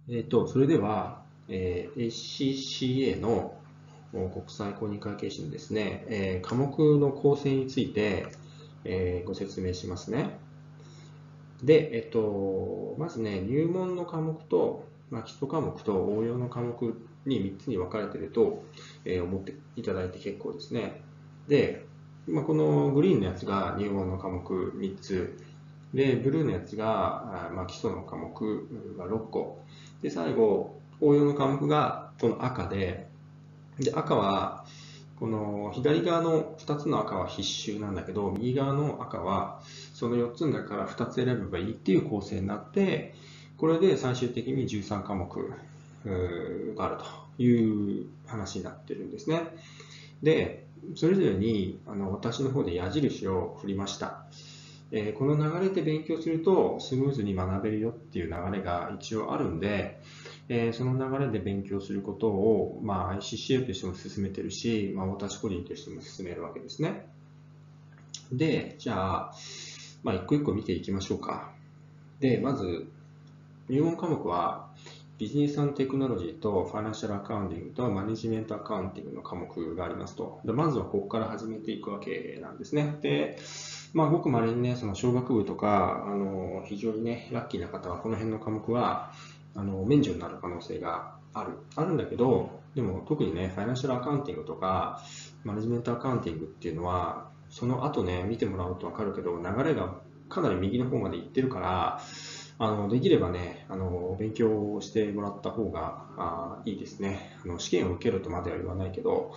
それでは、ACCA の国際公認会計士のですね、科目の構成について、ご説明しますね。で、まずね、入門の科目と、基礎科目と応用の科目に3つに分かれていると、思っていただいて結構ですね。で、このグリーンのやつが入門の科目3つ、で、ブルーのやつが、基礎の科目が6個、で、最後、応用の科目がこの赤で、赤は、この左側の2つの赤は必修なんだけど、右側の赤はその4つの中から2つ選べばいいっていう構成になって、これで最終的に13科目があるという話になってるんですね。で、それぞれに私の方で矢印を振りました。この流れで勉強するとスムーズに学べるよっていう流れが一応あるんで、その流れで勉強することを、ICCA としても進めてるし、私個人としても進めるわけですね。で、じゃあ、一個一個見ていきましょうか。で、まず、入門科目は、ビジネステクノロジーとファイナンシャルアカウンティングとマネジメントアカウンティングの科目がありますと。でまずはここから始めていくわけなんですね。で、ごく稀にね、その小学部とか、非常にね、ラッキーな方はこの辺の科目は、免除になる可能性があるんだけど、でも特にね、ファイナンシャルアカウンティングとか、マネジメントアカウンティングっていうのは、その後ね、見てもらうとわかるけど、流れがかなり右の方まで行ってるから、できればね、勉強してもらった方がいいですね。試験を受けるとまでは言わないけど、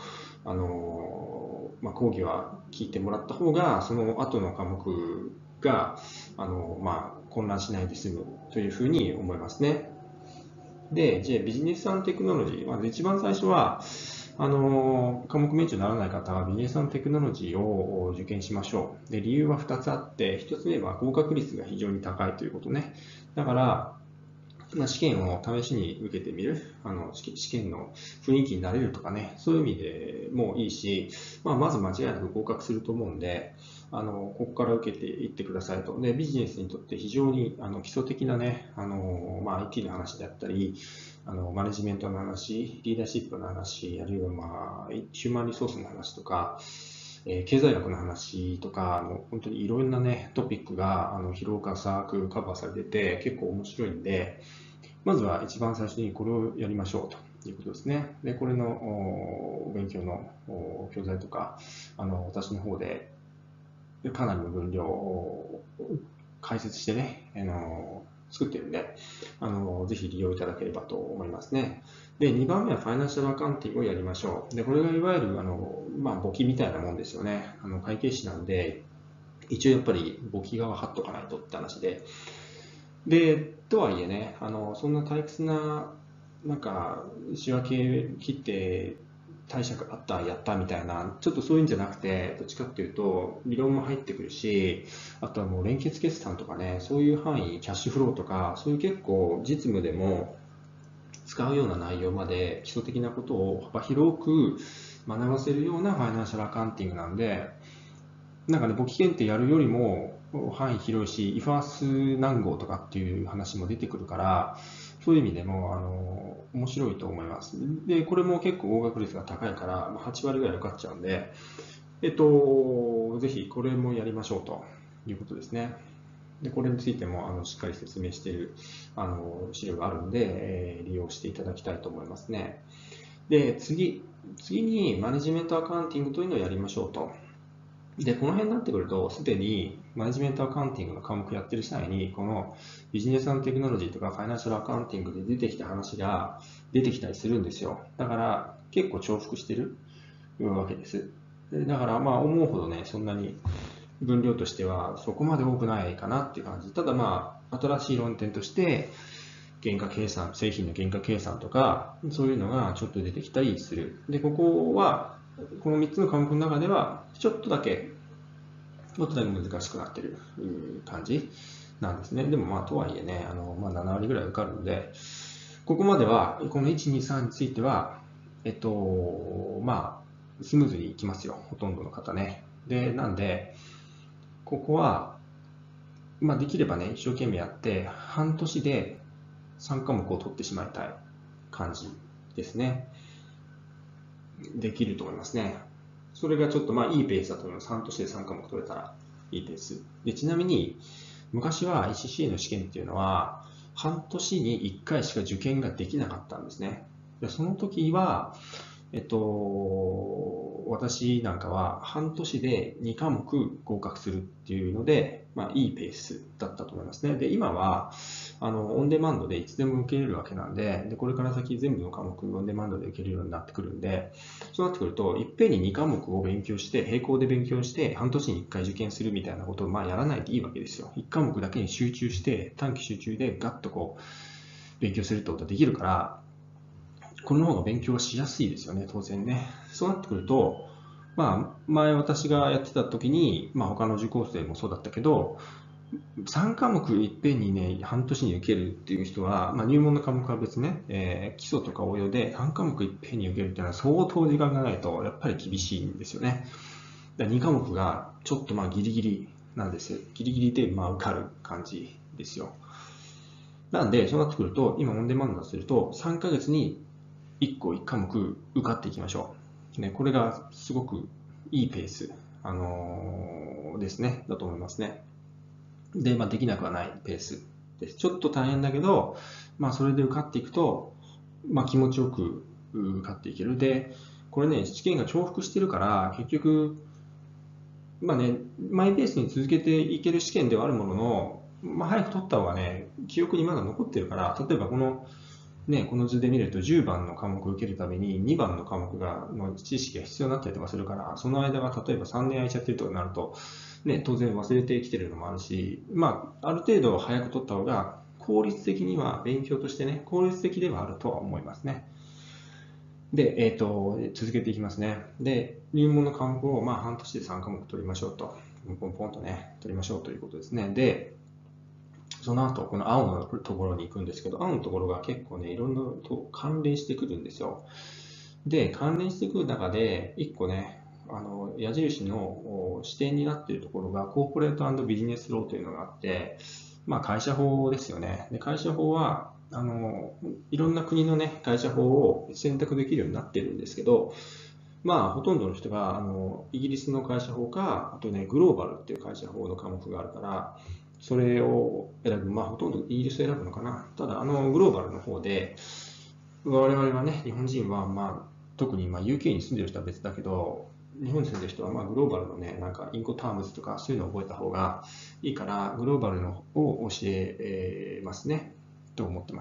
講義は聞いてもらった方が、その後の科目が、混乱しないで済むというふうに思いますね。で、じゃあビジネステクノロジー。まず一番最初は、科目免除にならない方はビジネステクノロジーを受験しましょう。で、理由は2つあって、1つ目は合格率が非常に高いということね。だから、試験を試しに受けてみる、試験の雰囲気になれるとかね、そういう意味でもいいし、まず間違いなく合格すると思うんで、ここから受けていってくださいと。で、ビジネスにとって非常に基礎的なね、IT の話であったり、マネジメントの話、リーダーシップの話、あるいはヒューマンリソースの話とか、経済学の話とか、本当にいろんなね、トピックが広く浅くカバーされてて、結構面白いんで、まずは一番最初にこれをやりましょうということですね。で、これの勉強の教材とか、私の方でかなりの分量を解説してね、作ってるんで、ぜひ利用いただければと思いますね。で、2番目はファイナンシャルアカウンティングをやりましょう。で、これがいわゆる、簿記みたいなもんですよね。会計士なんで、一応やっぱり簿記側張っとかないとって話で。で、とはいえね、そんな退屈な、仕分け切って貸借あった、やったみたいな、ちょっとそういうんじゃなくて、どっちかっていうと、理論も入ってくるし、あとはもう連結決算とかね、そういう範囲、キャッシュフローとか、そういう結構実務でも使うような内容まで基礎的なことを幅広く学ばせるようなファイナンシャルアカウンティングなんで、簿記検定やるよりも範囲広いし、イファース何号とかっていう話も出てくるから、そういう意味でも、面白いと思います。で、これも結構合格率が高いから、8割ぐらい受かっちゃうんで、ぜひこれもやりましょうということですね。で、これについてもしっかり説明している資料があるんで、利用していただきたいと思いますね。で、次にマネジメントアカウンティングというのをやりましょうと。で、この辺になってくると、すでにマネジメントアカウンティングの科目やってる際に、このビジネステクノロジーとかファイナンシャルアカウンティングで出てきた話が出てきたりするんですよ。だから結構重複してるわけです。だから思うほどね、そんなに分量としてはそこまで多くないかなっていう感じ。ただ新しい論点として、原価計算、製品の原価計算とか、そういうのがちょっと出てきたりする。で、ここは、この3つの科目の中では、ちょっとだけ難しくなってる感じなんですね。でもとはいえね、7割ぐらい受かるので、ここまでは、この1、2、3については、スムーズにいきますよ。ほとんどの方ね。で、なんで、ここは、できればね、一生懸命やって、半年で 3科目を取ってしまいたい感じですね。できると思いますね。それがちょっといいペースだと思います。半年で3科目取れたらいいペース。で、ちなみに、昔は ICCA の試験っていうのは、半年に1回しか受験ができなかったんですね。で、その時は、私なんかは半年で2科目合格するっていうので、いいペースだったと思いますね。で、今は、オンデマンドでいつでも受けれるわけなんで、これから先全部の科目オンデマンドで受けるようになってくるんで、そうなってくると、いっぺんに2科目を勉強して、並行で勉強して、半年に1回受験するみたいなことをやらないでいいわけですよ。1科目だけに集中して、短期集中でガッと勉強するってことができるから、この方が勉強はしやすいですよね、当然ね。そうなってくると、前私がやってた時に、他の受講生もそうだったけど、3科目いっぺんにね、半年に受けるっていう人は、入門の科目は別ね、基礎とか応用で3科目いっぺんに受けるっていうのは相当時間がないと、やっぱり厳しいんですよね。2科目がちょっとギリギリなんですよ。ギリギリで受かる感じですよ。なんで、そうなってくると、今オンデマンドだとすると、3ヶ月に1個1科目受かっていきましょう。ね、これがすごくいいペース、ですね、だと思いますね。で、できなくはないペースです。ちょっと大変だけど、それで受かっていくと、気持ちよく受かっていける。で、これね、試験が重複してるから、結局、マイペースに続けていける試験ではあるものの、早く取った方がね、記憶にまだ残ってるから、例えばこの図で見ると10番の科目を受けるために2番の科目の知識が必要になったりとかするから、その間が例えば3年空いちゃってるとかになると、当然忘れてきてるのもあるし、ある程度早く取った方が効率的には勉強としてね、効率的ではあるとは思いますね。で、続けていきますね。で、入門の科目を半年で3科目取りましょうと。ポンポンとね、取りましょうということですね。で、その後、この青のところに行くんですけど、青のところが結構ね、いろんなと関連してくるんですよ。で、関連してくる中で、1個ね、矢印の視点になっているところが、コーポレートビジネスローというのがあって、会社法ですよね。で、会社法は、いろんな国のね、会社法を選択できるようになってるんですけど、ほとんどの人が、イギリスの会社法か、あとね、グローバルっていう会社法の科目があるから、それを選ぶ。ほとんどイギリス選ぶのかな。ただ、グローバルの方で、我々はね、日本人は、特にUK に住んでる人は別だけど、日本に住んでる人はグローバルのね、なんかインコタームズとかそういうのを覚えた方がいいから、グローバルのを教えますね、と思ってます。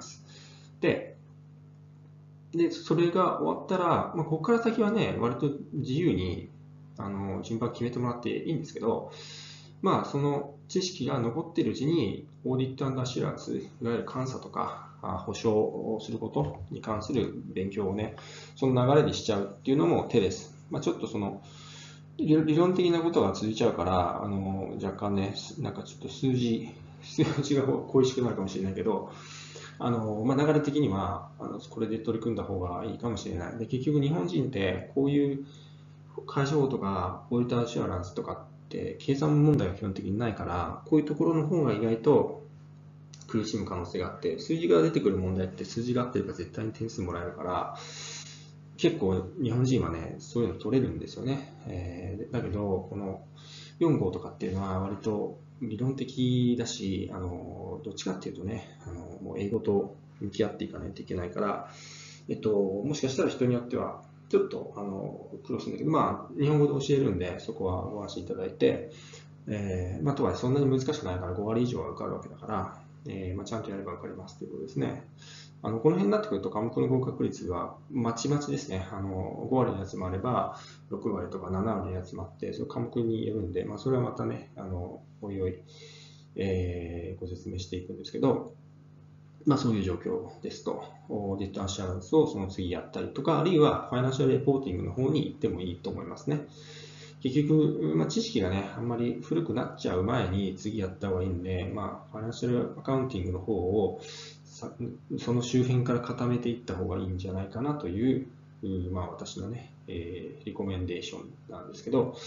で、それが終わったら、ここから先はね、割と自由に順番決めてもらっていいんですけど、その知識が残っているうちに、オーディット&アシュランス、いわゆる監査とか、保証をすることに関する勉強をね、その流れにしちゃうっていうのも手です。ちょっと理論的なことが続いちゃうから、若干ね、なんかちょっと数字が恋しくなるかもしれないけど、流れ的にはこれで取り組んだ方がいいかもしれない。で、結局日本人ってこういう会社法とかオーディターアシュアランスとかって計算問題が基本的にないから、こういうところの方が意外と苦しむ可能性があって、数字が出てくる問題って数字が合ってるから絶対に点数もらえるから、結構日本人はね、そういうの取れるんですよね。だけど、この4号とかっていうのは割と理論的だし、どっちかっていうとね、もう英語と向き合っていかないといけないから、もしかしたら人によっては、ちょっと苦労するんだけど、日本語で教えるんで、そこはご安心いただいて、とはいえそんなに難しくないから5割以上は受かるわけだから、ちゃんとやれば受かりますということですね。この辺になってくると科目の合格率はまちまちですね。5割のやつもあれば、6割とか7割のやつもあって、その科目によるんで、それはまたね、おいおい、ご説明していくんですけど、そういう状況ですと。データアシュアランスをその次やったりとか、あるいはファイナンシャルレポーティングの方に行ってもいいと思いますね。結局、知識がね、あんまり古くなっちゃう前に次やった方がいいんで、ファイナンシャルアカウンティングの方をその周辺から固めていった方がいいんじゃないかなという、私のね、リコメンデーションなんですけど、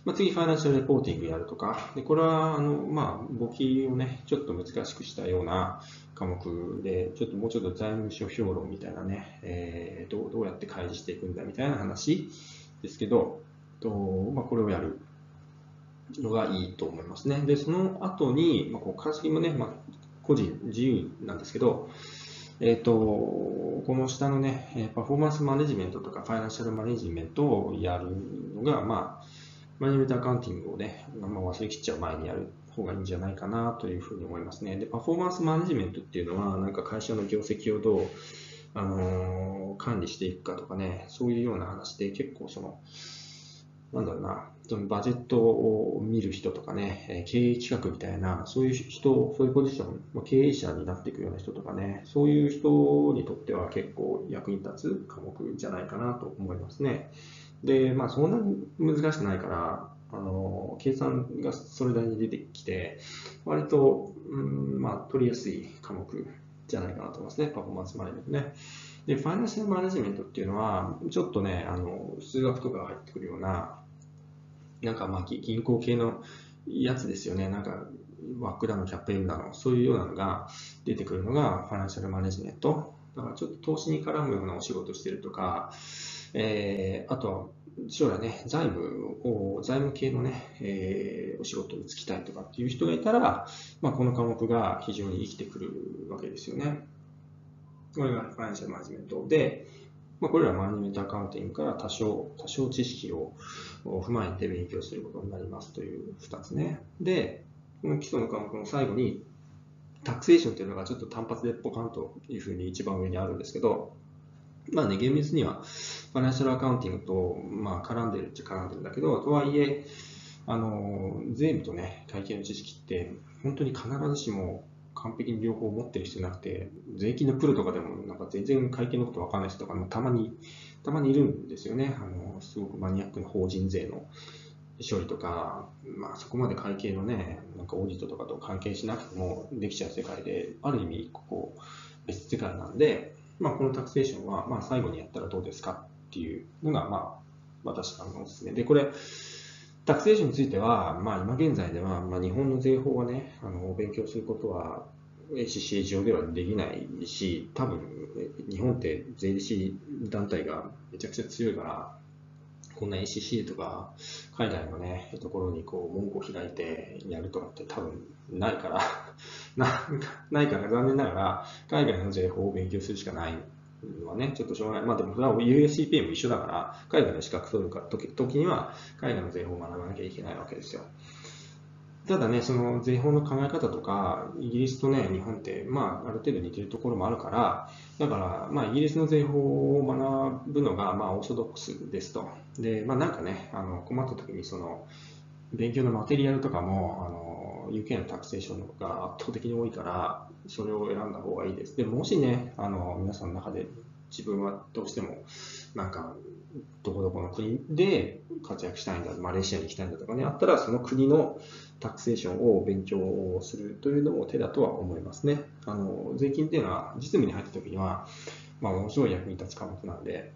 次、ファイナンシャルレポーティングやるとか、でこれは簿記をね、ちょっと難しくしたような科目で、もうちょっと財務諸評論みたいなね、どうやって開示していくんだみたいな話ですけど、これをやるのがいいと思いますね。で、その後に、稼ぎもね、個人自由なんですけど、この下のね、パフォーマンスマネジメントとかファイナンシャルマネジメントをやるのが、マネジメントアカウンティングをね、忘れきっちゃう前にやる方がいいんじゃないかなというふうに思いますね。で、パフォーマンスマネジメントっていうのは、なんか会社の業績をどう、管理していくかとかね、そういうような話で結構なんだろうな、そのバジェットを見る人とかね、経営企画みたいな、そういう人、そういうポジション、経営者になっていくような人とかね、そういう人にとっては結構役に立つ科目じゃないかなと思いますね。で、そんなに難しくないから、計算がそれなりに出てきて、割と、取りやすい科目じゃないかなと思いますね、パフォーマンスマネジメントね。で、ファイナンシャルマネジメントっていうのは、ちょっとね、数学とかが入ってくるような、なんか銀行系のやつですよね。なんか、ワックだの、キャップインだの、そういうようなのが出てくるのがファイナンシャルマネジメント。だからちょっと投資に絡むようなお仕事してるとか、あとは将来ね、財務系のね、お仕事に就きたいとかっていう人がいたら、この科目が非常に生きてくるわけですよね。これがファイナンシャルマネジメントで、これらマネジメントアカウンティングから多少知識を踏まえて勉強することになりますという2つね。で、この基礎の科目の最後に、タクセーションっていうのがちょっと単発でポカンというふうに一番上にあるんですけど、厳密にはファイナンシャルアカウンティングと絡んでるっちゃ絡んでるんだけど、とはいえ、税務とね、会計の知識って本当に必ずしも完璧に両方持ってる人なくて、税金のプロとかでもなんか全然会計のことわかんない人とかもたまにいるんですよね。すごくマニアックな法人税の処理とか、そこまで会計のね、なんかオーディットとかと関係しなくてもできちゃう世界で、ある意味別世界なんで、このタクセーションは最後にやったらどうですかっていうのが私からのおすすめで、これタクセーションについては、今現在では、日本の税法はね、勉強することは ACCA 上ではできないし、多分日本って税理士団体がめちゃくちゃ強いから、こんな ACCA とか海外のね、ところに門戸を開いてやるとかって多分ないからないから残念ながら海外の税法を勉強するしかないのはね、ちょっとしょうがない。でもそれは USCPA も一緒だから、海外の資格取る時には海外の税法を学ばなきゃいけないわけですよ。ただね、その税法の考え方とか、イギリスとね、日本って、ある程度似てるところもあるから、だから、イギリスの税法を学ぶのが、オーソドックスですと。で、なんかね、困った時に、勉強のマテリアルとかも、UK のタクセーションが圧倒的に多いから、それを選んだ方がいいです。でもしね、皆さんの中で自分はどうしても、なんか、どこどこの国で活躍したいんだ、マレーシアに行きたいんだとかね、あったら、その国のタクセーションを勉強するというのも手だとは思いますね。税金っていうのは、実務に入った時には、ものすごい役に立つ科目なんで、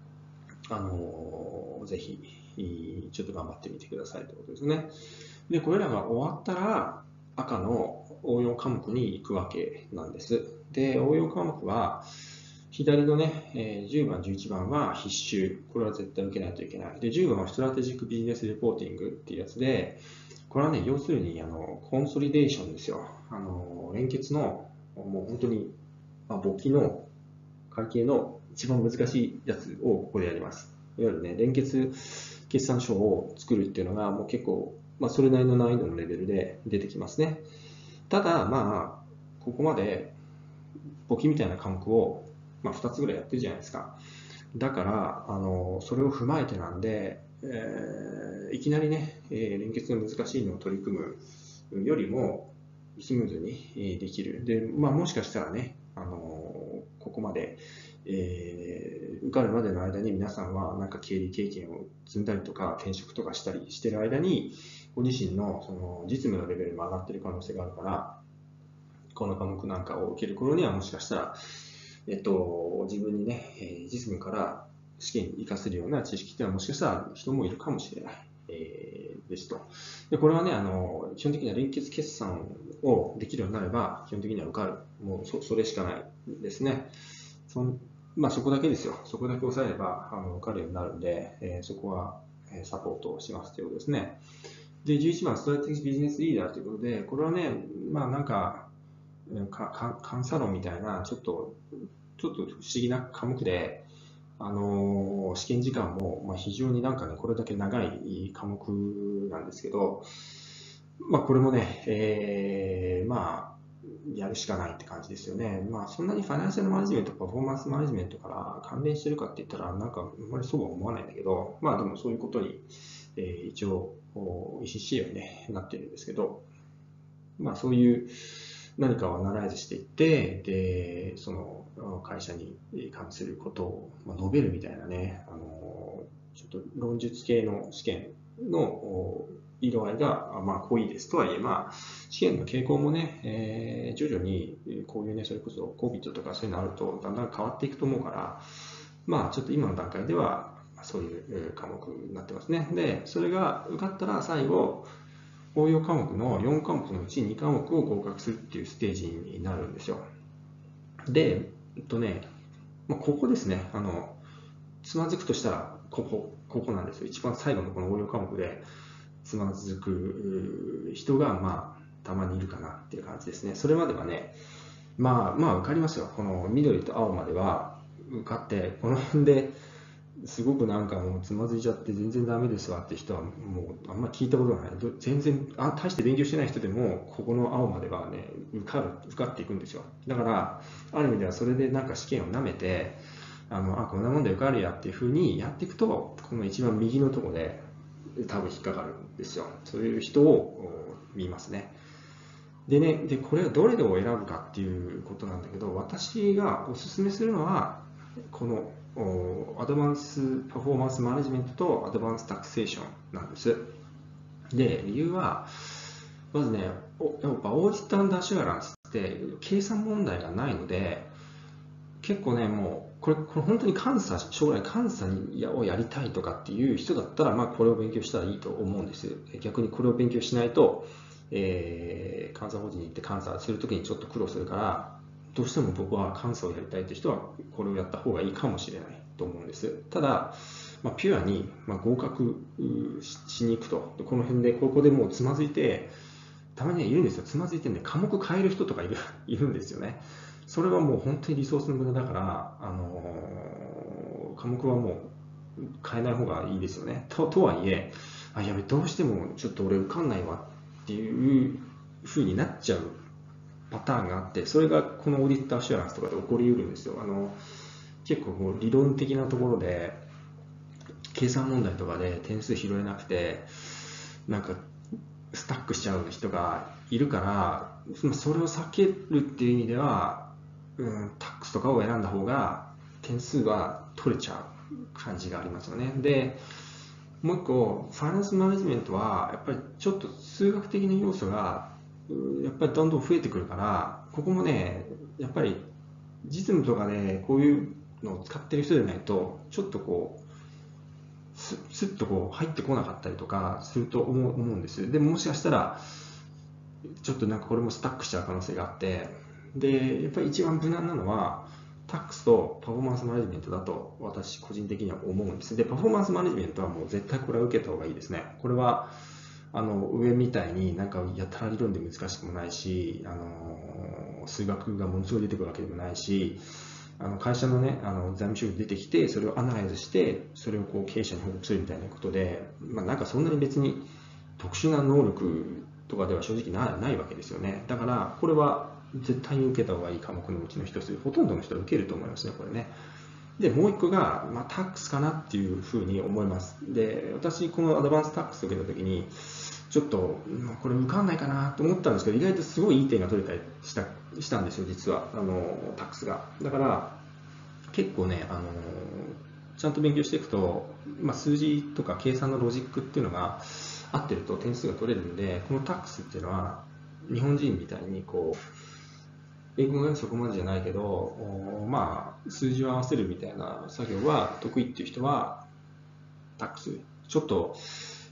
ぜひ、ちょっと頑張ってみてくださいということですね。で、これらが終わったら、赤の応用科目に行くわけなんです。で、応用科目は、左のね、10番、11番は必修。これは絶対受けないといけない。で、10番はストラテジックビジネスレポーティングっていうやつで、これはね、要するに、コンソリデーションですよ。連結の、もう本当に、簿記の会計の一番難しいやつをここでやります。いわゆるね、連結決算書を作るっていうのが、もう結構、それなりの難易度のレベルで出てきますね。ただ、ここまで簿記みたいな科目を、2つぐらいやってるじゃないですか。だから、それを踏まえてなんで、いきなりね、連結が難しいのを取り組むよりも、スムーズにできる。で、もしかしたらね、ここまで、受かるまでの間に皆さんはなんか経理経験を積んだりとか転職とかしたりしてる間にご自身のその実務のレベルも上がっている可能性があるから、この科目なんかを受ける頃にはもしかしたら、自分にね、実務から試験に活かせるような知識っていうのはもしかしたら人もいるかもしれない。 ですと。で、これはね、基本的には連結決算をできるようになれば、基本的には受かる。もうそれしかないですね。まあ、そこだけですよ。そこだけ押さえれば受かるようになるんで、そこはサポートをしますということですね。で、11番、ストラテジックビジネスリーダーということで、これはね、まあなんか、監査論みたいな、ちょっと不思議な科目で、試験時間も、まあ、非常になんかね、これだけ長い科目なんですけど、まあ、これもね、まあ、やるしかないって感じですよね。まあ、そんなにファイナンシャルマネジメント、パフォーマンスマネジメントから関連してるかって言ったら、なんか、あんまりそうは思わないんだけど、まあ、でもそういうことに、一応、意思指示に、ね、なってるんですけど、まあ、そういう何かをアナライズしていって、で、その会社に関することを述べるみたいなね、ちょっと論述系の試験の色合いが、まあ、濃いですとはいえ、まあ、試験の傾向もね、徐々にこういうね、それこそ COVID とかそういうのあるとだんだん変わっていくと思うから、まあ、ちょっと今の段階ではそういう科目になってますね。で、それが受かったら最後、応用科目の4科目のうち2科目を合格するっていうステージになるんですよ。で、ここですね、つまずくとしたら、ここなんですよ。一番最後のこの応用科目でつまずく人が、まあ、たまにいるかなっていう感じですね。それまではね、まあ、受かりますよ。この緑と青までは受かって、この辺ですごくなんかもうつまずいちゃって全然ダメですわって人はもうあんま聞いたことがない。全然大して勉強してない人でもここの青まではね受かっていくんですよ。だからある意味ではそれでなんか試験をなめてこんなもんで受かるやっていう風にやっていくとこの一番右のところで多分引っかかるんですよ。そういう人を見ますね。でね、これはどれを選ぶかっていうことなんだけど、私がおすすめするのは、このアドバンスパフォーマンスマネジメントとアドバンスタクセーションなんです。で、理由は、まずね、やっぱオーディット&アシュアランスって計算問題がないので、結構ね、もう、これ本当に将来監査をやりたいとかっていう人だったら、まあこれを勉強したらいいと思うんです。逆にこれを勉強しないと、監査法人に行って監査するときにちょっと苦労するから、どうしても僕は監査をやりたいという人はこれをやった方がいいかもしれないと思うんです。ただ、ピュアに合格しに行くと、この辺で、ここでもうつまずいて、たまにはいるんですよ。つまずいてね、科目変える人とかいるんですよね。それはもう本当にリソースの無駄だから、科目はもう変えない方がいいですよね。とはいえ、やべ、どうしてもちょっと俺受かんないわっていう風になっちゃうパターンがあって、それがこのオーディットアシュアランスとかで起こりうるんですよ。結構こう理論的なところで、計算問題とかで点数拾えなくて、なんかスタックしちゃう人がいるから、それを避けるっていう意味では、タックスとかを選んだ方が点数は取れちゃう感じがありますよね。で、もう一個、ファイナンスマネジメントは、やっぱりちょっと数学的な要素が、やっぱりどんどん増えてくるから、ここもね、やっぱり実務とかでこういうのを使ってる人でないと、ちょっとこう、スッとこう入ってこなかったりとかすると思うんです。でももしかしたら、ちょっとなんかこれもスタックしちゃう可能性があって、で、やっぱり一番無難なのは、タックスとパフォーマンスマネジメントだと私個人的には思うんです。で、パフォーマンスマネジメントはもう絶対これは受けた方がいいですね。これは上みたいになんかやたら理論で難しくもないし、数学がものすごい出てくるわけでもないし、会社のね、財務諸表出てきて、それをアナライズして、それをこう経営者に報告するみたいなことで、なんかそんなに別に特殊な能力とかでは正直ないわけですよね。だから、これは絶対に受けた方がいい科目のうちの一つ、ほとんどの人は受けると思いますね、これね。で、もう一個が、タックスかなっていうふうに思います。で、私、このアドバンスタックスを受けたときに、ちょっと、これ受かんないかなと思ったんですけど、意外とすごいいい点が取れたりしたんですよ、実は、タックスが。だから、結構ね、ちゃんと勉強していくと、数字とか計算のロジックっていうのが合ってると点数が取れるんで、このタックスっていうのは、日本人みたいにこう、英語がそこまでじゃないけど、数字を合わせるみたいな作業は得意っていう人は、タックス、ちょっと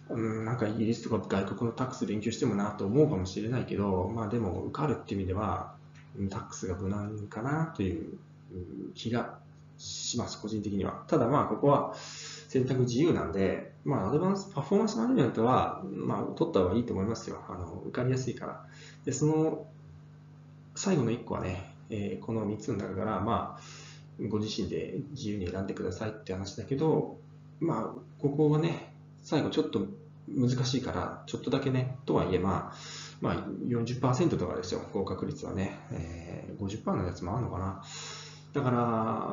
なんかイギリスとか外国のタックス勉強してもなと思うかもしれないけど、まあでも受かるっていう意味では、タックスが無難かなという気がします、個人的には。ただまあここは選択自由なんで、まあアドバンスパフォーマンスマネジメントは、まあ取った方がいいと思いますよ。受かりやすいから。で、その最後の1個はね、この3つの中から、まあ、ご自身で自由に選んでくださいって話だけど、まあ、ここはね、最後ちょっと難しいから、ちょっとだけね、とはいえ、まあ、40%とかですよ、合格率はね。50%のやつもあるのかな。だから、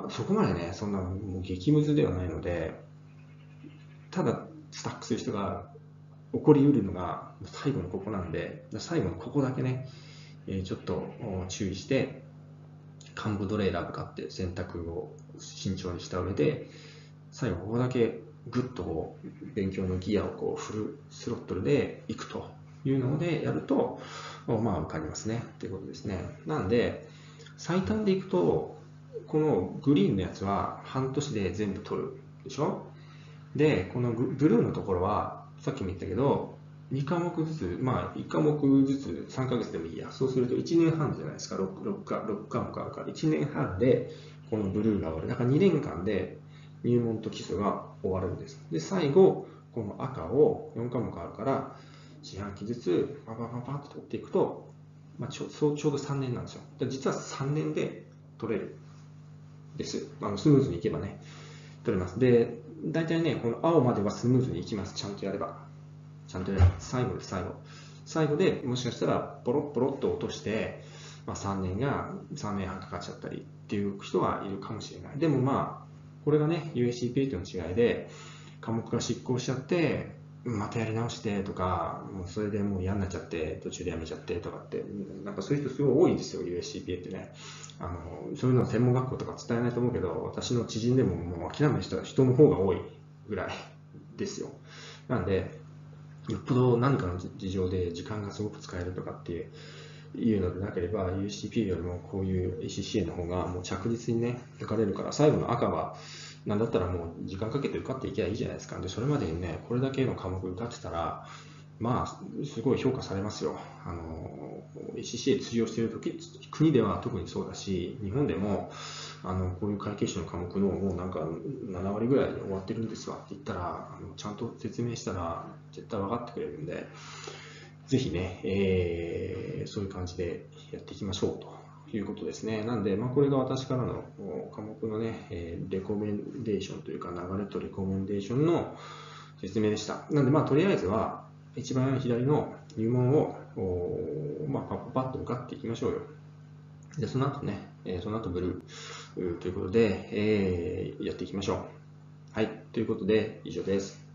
そこまでね、そんなもう激ムズではないので、ただ、スタックする人が起こりうるのが最後のここなんで、最後のここだけね、ちょっと注意して、幹部どれ選ぶかって選択を慎重にした上で、最後ここだけぐっとこう勉強のギアをこうフルスロットルでいくというのでやると、まあ受かりますねっていうことですね。なんで、最短でいくと、このグリーンのやつは半年で全部取るでしょ。で、このブルーのところは、さっきも言ったけど、2科目ずつ、まあ1科目ずつ3ヶ月でもいいや。そうすると1年半じゃないですか。6科目あるから。1年半でこのブルーが終わる。だから2年間で入門と基礎が終わるんです。で、最後、この赤を4科目あるから、四半期ずつパパパパッと取っていくと、まあ、ちょうど3年なんですよ。実は3年で取れるです。スムーズにいけばね、取れます。で、大体ね、この青まではスムーズにいきます。ちゃんとやれば。ちゃんとやれば。最後です、最後。最後でもしかしたらポロッポロッと落として、まあ、3年半かかっちゃったりっていう人はいるかもしれない。でもまあ、これがね、USCPA との違いで、科目が失効しちゃって、またやり直してとか、もうそれでもう嫌になっちゃって、途中でやめちゃってとかって、なんかそういう人すごい多いんですよ、USCPA ってね。そういうのは専門学校とか伝えないと思うけど、私の知人でももう諦める人の方が多いぐらいですよ。なんで、よっぽど何かの事情で時間がすごく使えるとかっていうのでなければ、USCPA よりもこういう ACCA の方がもう着実にね、受かれるから、最後の赤は、なんだったらもう時間かけて受かっていけばいいじゃないですか。で、それまでにね、これだけの科目受かってたら、まあ、すごい評価されますよ。ACCA 通用している国では特にそうだし、日本でも、こういう会計士の科目のもうなんか7割ぐらいで終わってるんですわって言ったら、ちゃんと説明したら絶対分かってくれるんで、ぜひね、そういう感じでやっていきましょうということですね。なんで、まあ、これが私からの科目のね、レコメンデーションというか、流れとレコメンデーションの説明でした。なんで、まあ、とりあえずは、一番左の入門を、まあ、パッパッと受かっていきましょうよ。で、その後ね、その後ブルーということで、やっていきましょう。はい、ということで以上です。